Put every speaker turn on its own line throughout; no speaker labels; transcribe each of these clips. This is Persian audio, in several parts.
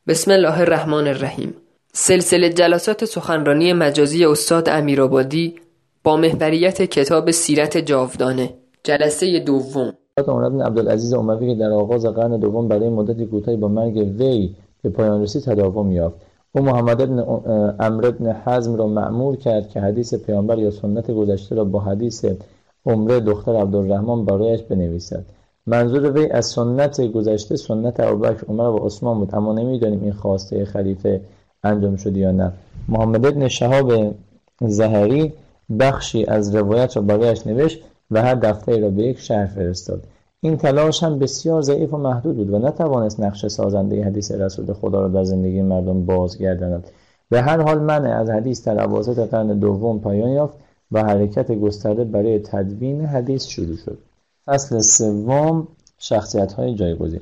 بسم الله الرحمن الرحیم. سلسله جلسات سخنرانی مجازی استاد امیرآبادی با محوریت کتاب سیرت جاودانه، جلسه دوم.
عمر بن عبدالعزیز اموی که در آغاز قرن دوم برای مدتی کوتاهی با مرگ وی به پایان رسید تداوم یافت. او محمد بن عمرو بن حزم را مأمور کرد که حدیث پیامبر یا سنت گذشته را با حدیث عمره دختر عبدالرحمن برایش بنویسد. منظور وی از سنت گذشته سنت ابوبکر، عمر و عثمان بود، اما نمی‌دانیم این خواسته خلیفه انجام شد یا نه. محمد بن شهاب ظهری بخشی از روایت را برایش نوشت و هر دفتری را به یک شهر فرستاد. این تلاش هم بسیار ضعیف و محدود بود و نتوانست نقش سازنده حدیث رسول خدا را در زندگی مردم بازگرداند. به هر حال منع از حدیث در اواسط قرن دوم پایان یافت و حرکت گسترده برای تدوین حدیث شروع شد. فصل سوم، شخصیت‌های جایگزین.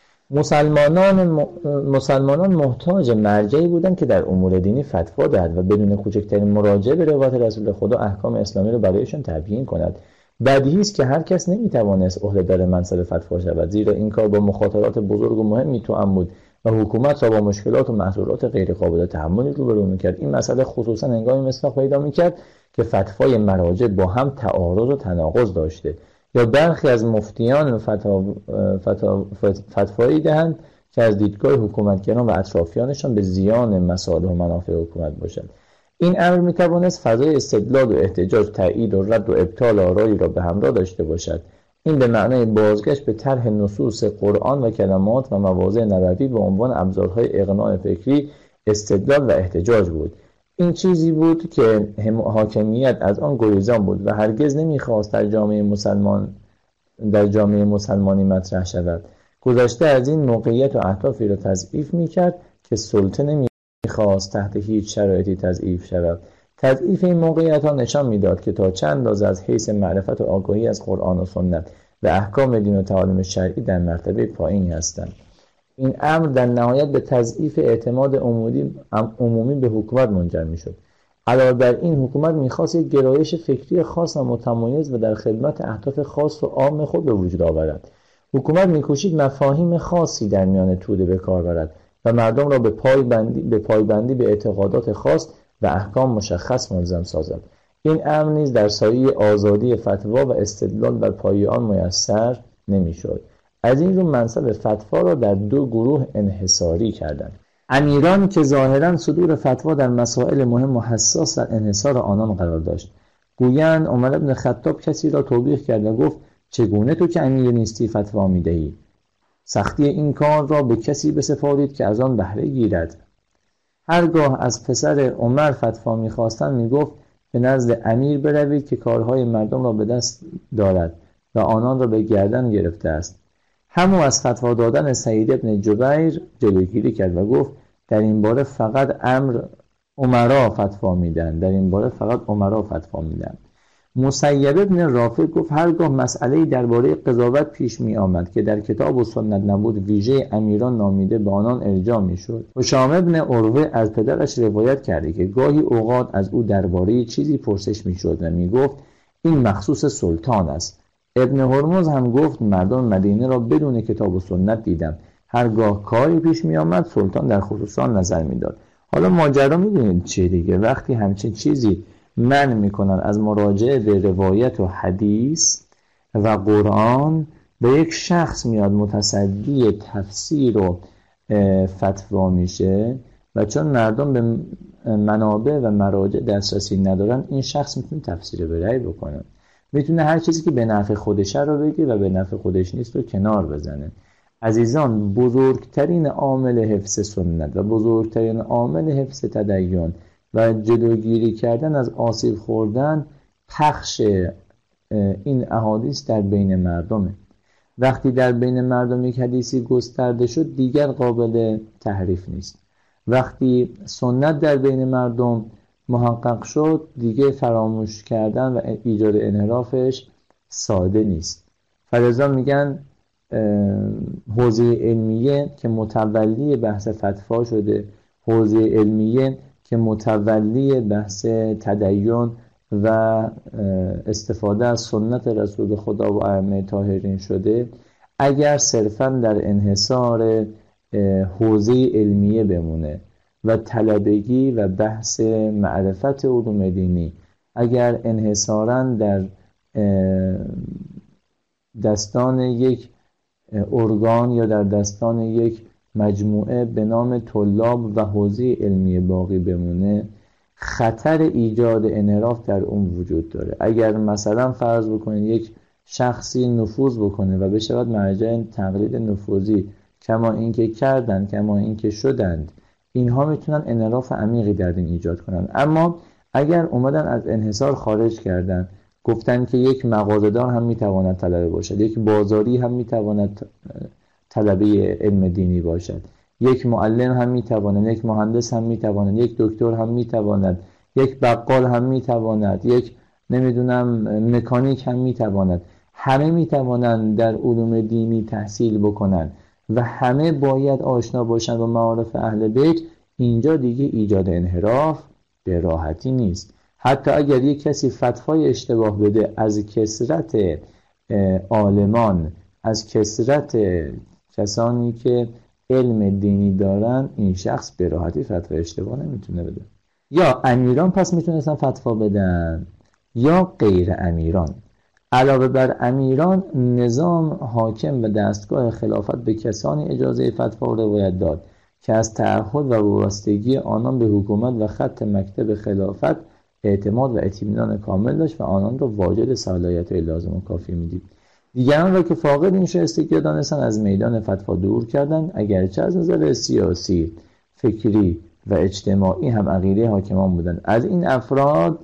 مسلمانان محتاج مرجعی بودند که در امور دینی فتوا دهد و بدون کوچکترین مراجعه به روایت رسول خدا احکام اسلامی را برایشان تبیین کند. بدیهی است که هر کس نمیتوانست عهده‌دار منصب فتوا شود، زیرا این کار با مخاطرات بزرگ و مهمی توأم بود و حکومت را با مشکلات و محظورات غیرقابل تحملی روبرو می‌کرد. این مسئله خصوصا هنگامی مصداق پیدا می‌کرد که فتوای مراجع با هم تعارض و تناقض داشته یا برخی از مفتیان فتوایی دهند که از دیدگاه حکومتگران و اطرافیانشان به زیان مصالح و منافع حکومت باشد. این امر میتوانست فضای استدلال و احتجاج، تایید و رد و ابطال آرایی را به همراه داشته باشد. این به معنای بازگشت به طرح نصوص قرآن و کلمات و مواضع نبوی به عنوان ابزارهای اقناع فکری، استدلال و احتجاج بود. این چیزی بود که حاکمیت از آن گریزان بود و هرگز نمیخواست در جامعه مسلمانی مطرح شود. گذشته از این موقعیت و اهدافی را تضعیف میکرد که سلطه نمیخواست تحت هیچ شرایطی تضعیف شود. تضعیف این موقعیت ها نشان میداد که تا چند اندازه از حیث معرفت و آگاهی از قرآن و سنت و احکام دین و تعالیم شرعی در مرتبه پایینی هستند. این امر در نهایت به تضعیف اعتماد عمومی به حکومت منجر میشد. علاوه بر این، حکومت میخواست یک گرایش فکری خاص و متمایز و در خدمت اهداف خاص و عام خود به وجود آورد. حکومت میکوشید مفاهیم خاصی در میان توده به کار برد و مردم را به پایبندی به اعتقادات خاص و احکام مشخص ملزم سازد. این امر نیز در سایه آزادی فتوا و استدلال بر پایه آن میسر نمیشد. از این رو منصب فتوا را در دو گروه انحصاری کردند: امیران که ظاهراً صدور فتوا در مسائل مهم و حساس در انحصار آنان قرار داشت. گویند عمر بن خطاب کسی را توبیخ کرد و گفت: چگونه تو که امیر نیستی فتوا می‌دهی؟ سختی این کار را به کسی بسپارید که از آن بهره گیرد. هرگاه از پسر عمر فتوا می‌خواستند می‌گفت: به نزد امیر بروید که کارهای مردم را به دست دارد و آنان را به گردن گرفته است. همو از فتوا دادن سعید بن جبیر جلوگیری کرد و گفت: در این باره فقط امرا فتوا میدن. مسیب بن رافع گفت: هرگاه مسئله‌ای درباره قضاوت پیش می آمد که در کتاب و سنت نبود، ویژه امیران نامیده به آنان ارجاع می شد. هشام بن عروه از پدرش روایت کرده که گاهی اوقات از او درباره چیزی پرسش می شد و می گفت: این مخصوص سلطان است. ابن هرمز هم گفت: مردم مدینه را بدون کتاب و سنت دیدم. هرگاه کاری پیش می آمد سلطان در خصوص آن نظر می داد. حالا ماجرا می دونید چیه دیگه. وقتی همچین چیزی منع می کنن از مراجعه به روایت و حدیث و قرآن، به یک شخص میاد متصدی تفسیر و فتوا میشه و چون مردم به منابع و مراجع دسترسی ندارن، این شخص میتونه تفسیر به رأی بکنه، میتونه هر چیزی که به نفع خودشه رو بگه و به نفع خودش نیست رو کنار بزنه. عزیزان، بزرگترین عامل حفظ سنت و بزرگترین عامل حفظ تدین و جلوگیری کردن از آسیب خوردن پخش این احادیث در بین مردمه. وقتی در بین مردم یک حدیثی گسترده شد دیگر قابل تحریف نیست. وقتی سنت در بین مردم محقق شد دیگه فراموش کردن و ایجاد انحرافش ساده نیست. فلذا میگن حوزه علمیه که متولی بحث فتوا شده، حوزه علمیه که متولی بحث تدین و استفاده از سنت رسول خدا و ائمه طاهرین شده، اگر صرفاً در انحصار حوزه علمیه بمونه و طلبگی و بحث معرفت علوم دینی اگر انحصاراً در دستان یک ارگان یا در دستان یک مجموعه به نام طلاب و حوزه علمی باقی بمونه، خطر ایجاد انحراف در اون وجود داره. اگر مثلا فرض بکنید یک شخصی نفوذ بکنه و بشود مرجع تقلید نفوذی، کما اینکه کردند کما اینکه شدند، اینها میتونن انحراف عمیقی در دین ایجاد کنن. اما اگر اومدن از انحصار خارج کردن، گفتن که یک مغازه‌دار هم میتواند طلبه باشد، یک بازاری هم میتواند طلبه علم دینی باشد، یک معلم هم میتواند، یک مهندس هم میتواند، یک دکتر هم میتواند، یک بقال هم میتواند، یک مکانیک هم میتواند. همه میتوانند در علوم دینی تحصیل بکنند و همه باید آشنا باشند با معارف اهل بیت. اینجا دیگه ایجاد انحراف به راحتی نیست. حتی اگر یک کسی فتوای اشتباه بده، از کثرت عالمان، از کثرت کسانی که علم دینی دارن، این شخص به راحتی فتوای اشتباه نمیتونه بده. یا امیران پس میتونستن فتوا بدن یا غیر امیران. علاوه بر امیران، نظام حاکم و دستگاه خلافت به کسانی اجازه فتوا روایت داد که از تعهد و وابستگی آنان به حکومت و خط مکتب خلافت اعتماد و اطمینان کامل داشت و آنان را واجد صلاحیت‌های لازم و کافی می‌دید. دیگران را که فاقد این شایستگی دانستند از میدان فتوا دور کردند، اگرچه از نظر سیاسی، فکری و اجتماعی هم عقیده حاکمان بودند. از این افراد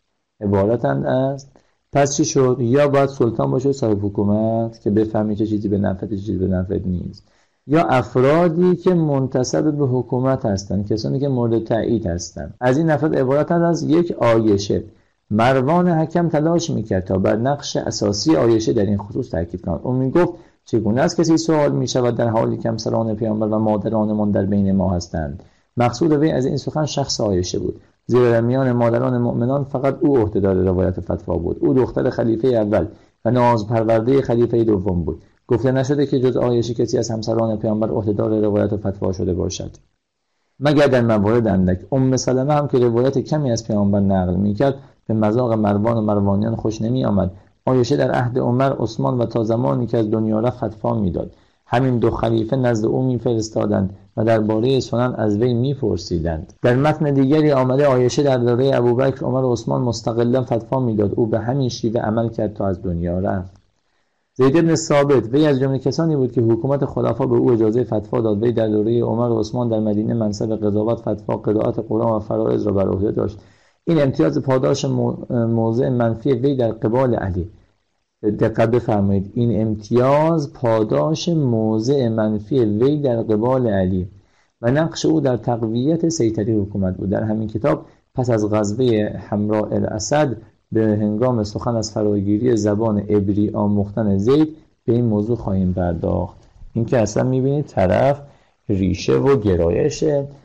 عبارتند است. پس چی شد؟ یا باید سلطان باشه صاحب حکومت که بفهمی چه چیزی به نفعت، چه چیزی به نفعت نیست، یا افرادی که منتسب به حکومت هستند، کسانی که مورد تایید هستند. از این افراد عبارتند از یک عایشه. مروان حکم تلاش میکرد تا بر نقش اساسی عایشه در این خصوص تاکید کند. اون میگفت چگونه است کسی سوال میشود در حالی که همسران پیامبر و مادرانمان در بین ما هستند. مقصود وی از این سخن شخص عایشه بود، زیرا در میان مادران مؤمنان فقط او عهدهدار روایت فتوا بود. او دختر خلیفه اول و نازپرورده خلیفه دوم بود. گفته نشده که جز عایشه کسی از همسران پیامبر عهدهدار روایت فتوا شده باشد، مگر در موارد اندک. سلمه هم که روایت کمی از پیامبر نقل میکرد، به مذاق مروان و مروانیان خوش نمی آمد. عایشه در عهد عمر، عثمان و تا زمانی که از دنیا رفت فتوا میداد. همین دو خلیفه نزد او میفرستادند و درباره سنن از وی میپرسیدند. در متن دیگری آمده عایشه در دوره ابوبکر، عمر و عثمان مستقلا فتوا میداد. او به همین شیوه عمل کرد تا از دنیا رفت. زید بن ثابت، وی از جمله کسانی بود که حکومت خلفا به او اجازه فتوا داد. وی در دوره عمر و عثمان در مدینه منصب قضاوت، فتوا، قرائت قرآن و فرایض را بر عهده داشت. این امتیاز پاداش موضع منفی وی در قبال علی. دقت بفرمایید، این امتیاز پاداش موضع منفی وی در قبال علی و نقش او در تقویت سیطره حکومت بود. در همین کتاب پس از غزوه حمراء الاسد به هنگام سخن از فراگیری زبان عبری آموختن زید به این موضوع خواهیم پرداخت. این که اصلا میبینید طرف ریشه و گرایش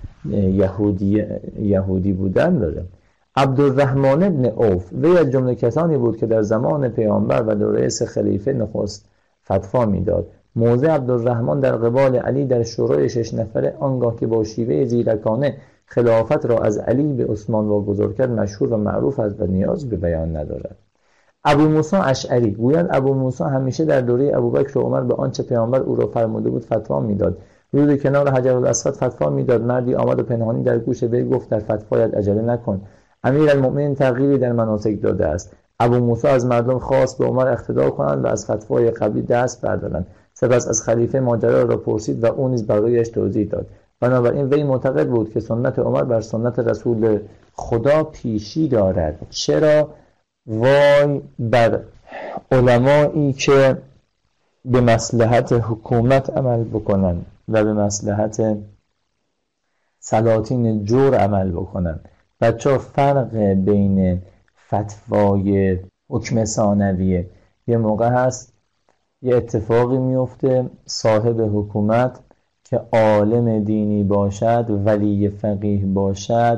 یهودی بودن داره. عبدالرحمن ابن عوف، وی از جمله کسانی بود که در زمان پیامبر و دوره 3 خلیفه نخست فتوا میداد. موضع عبدالرحمن در قبال علی در شورای 6 نفره، آنگاه که با شیوه زیرکانه خلافت را از علی به عثمان واگذار کرد، مشهور و معروف است و نیاز به بیان ندارد. ابو موسی اشعری گوید ابو موسی همیشه در دوره ابوبکر و عمر به آنچه پیامبر او را فرموده بود فتوا میداد. روز کنار حجرالاسود فتوا میداد. مردی آمد و پنهانی در گوش وی گفت در فتوایت عجله نکن، امیرالمؤمنین تغییری در مناسک داده است. ابو موسی از مردم خواست به عمر اقتدا کنند و از فتوای قبلی دست بردارند. سپس از خلیفه ماجرا را پرسید و او نیز برایش توضیح داد. بنابراین وی معتقد بود که سنت عمر بر سنت رسول خدا پیشی دارد. چرا؟ وای بر علمایی که به مصلحت حکومت عمل بکنند و به مصلحت سلاطین جور عمل بکنند. بچه فرق بین فتوای حکم ثانویه، یه موقع هست یه اتفاقی میفته، صاحب حکومت که عالم دینی باشد، ولی فقیه باشد،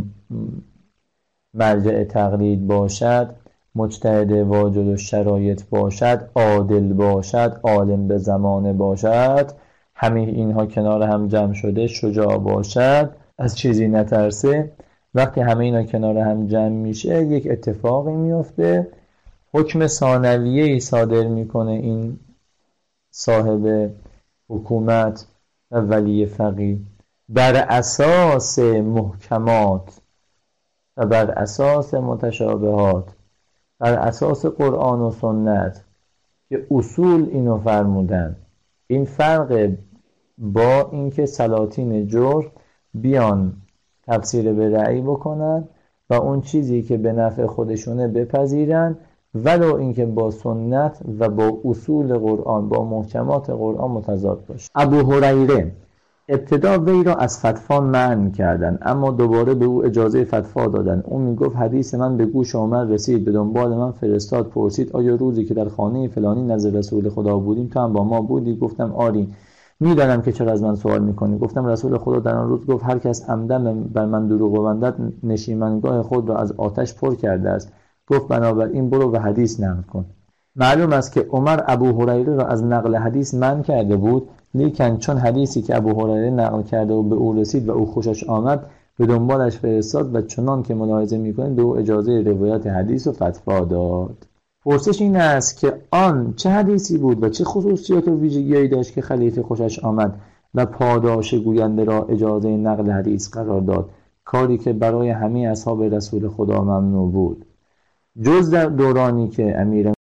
مرجع تقلید باشد، مجتهد واجد و شرایط باشد، عادل باشد، عالم به زمانه باشد، همه اینها کنار هم جمع شده شجاع باشد، از چیزی نترسه. وقتی همه اینا کنار هم جمع میشه یک اتفاقی میفته، حکم ثانویه‌ای صادر میکنه این صاحب حکومت و ولی فقیه بر اساس محکمات و بر اساس متشابهات، بر اساس قرآن و سنت که اصول اینو فرمودن. این فرق با اینکه سلاطین جور بیان تفسیر به رأی بکنن و اون چیزی که به نفع خودشونه بپذیرن، ولو اینکه با سنت و با اصول قرآن، با محکمات قرآن متضاد باشه. ابو هریره ابتدا وی را از فتوا منع کردن، اما دوباره به او اجازه فتوا دادن. اون میگفت حدیث من به گوش عمر رسید، به دنبال من فرستاد، پرسید آیا روزی که در خانه فلانی نزد رسول خدا بودیم تو هم با ما بودی؟ گفتم آری. میدانم که چرا از من سوال میکنی. گفتم رسول خدا در آن روز گفت هر کس عمدن بر من دروغ ببندد نشیمنگاه خود را از آتش پر کرده است. گفت بنابراین برو و حدیث نقل کن. معلوم است که عمر ابو هریره را از نقل حدیث منع کرده بود، لیکن چون حدیثی که ابو هریره نقل کرده و به او رسید و او خوشش آمد به دنبالش فرستاد و چنان که ملاحظه می‌کنید به او اجازه روایت حدیث و فتوا داد. پرسش این است که آن چه حدیثی بود و چه خصوصیات و ویژگی‌هایی داشت که خلیفه خوشش آمد و پاداش گوینده را اجازه نقل حدیث قرار داد، کاری که برای همه اصحاب رسول خدا ممنوع بود، جز در دورانی که امیر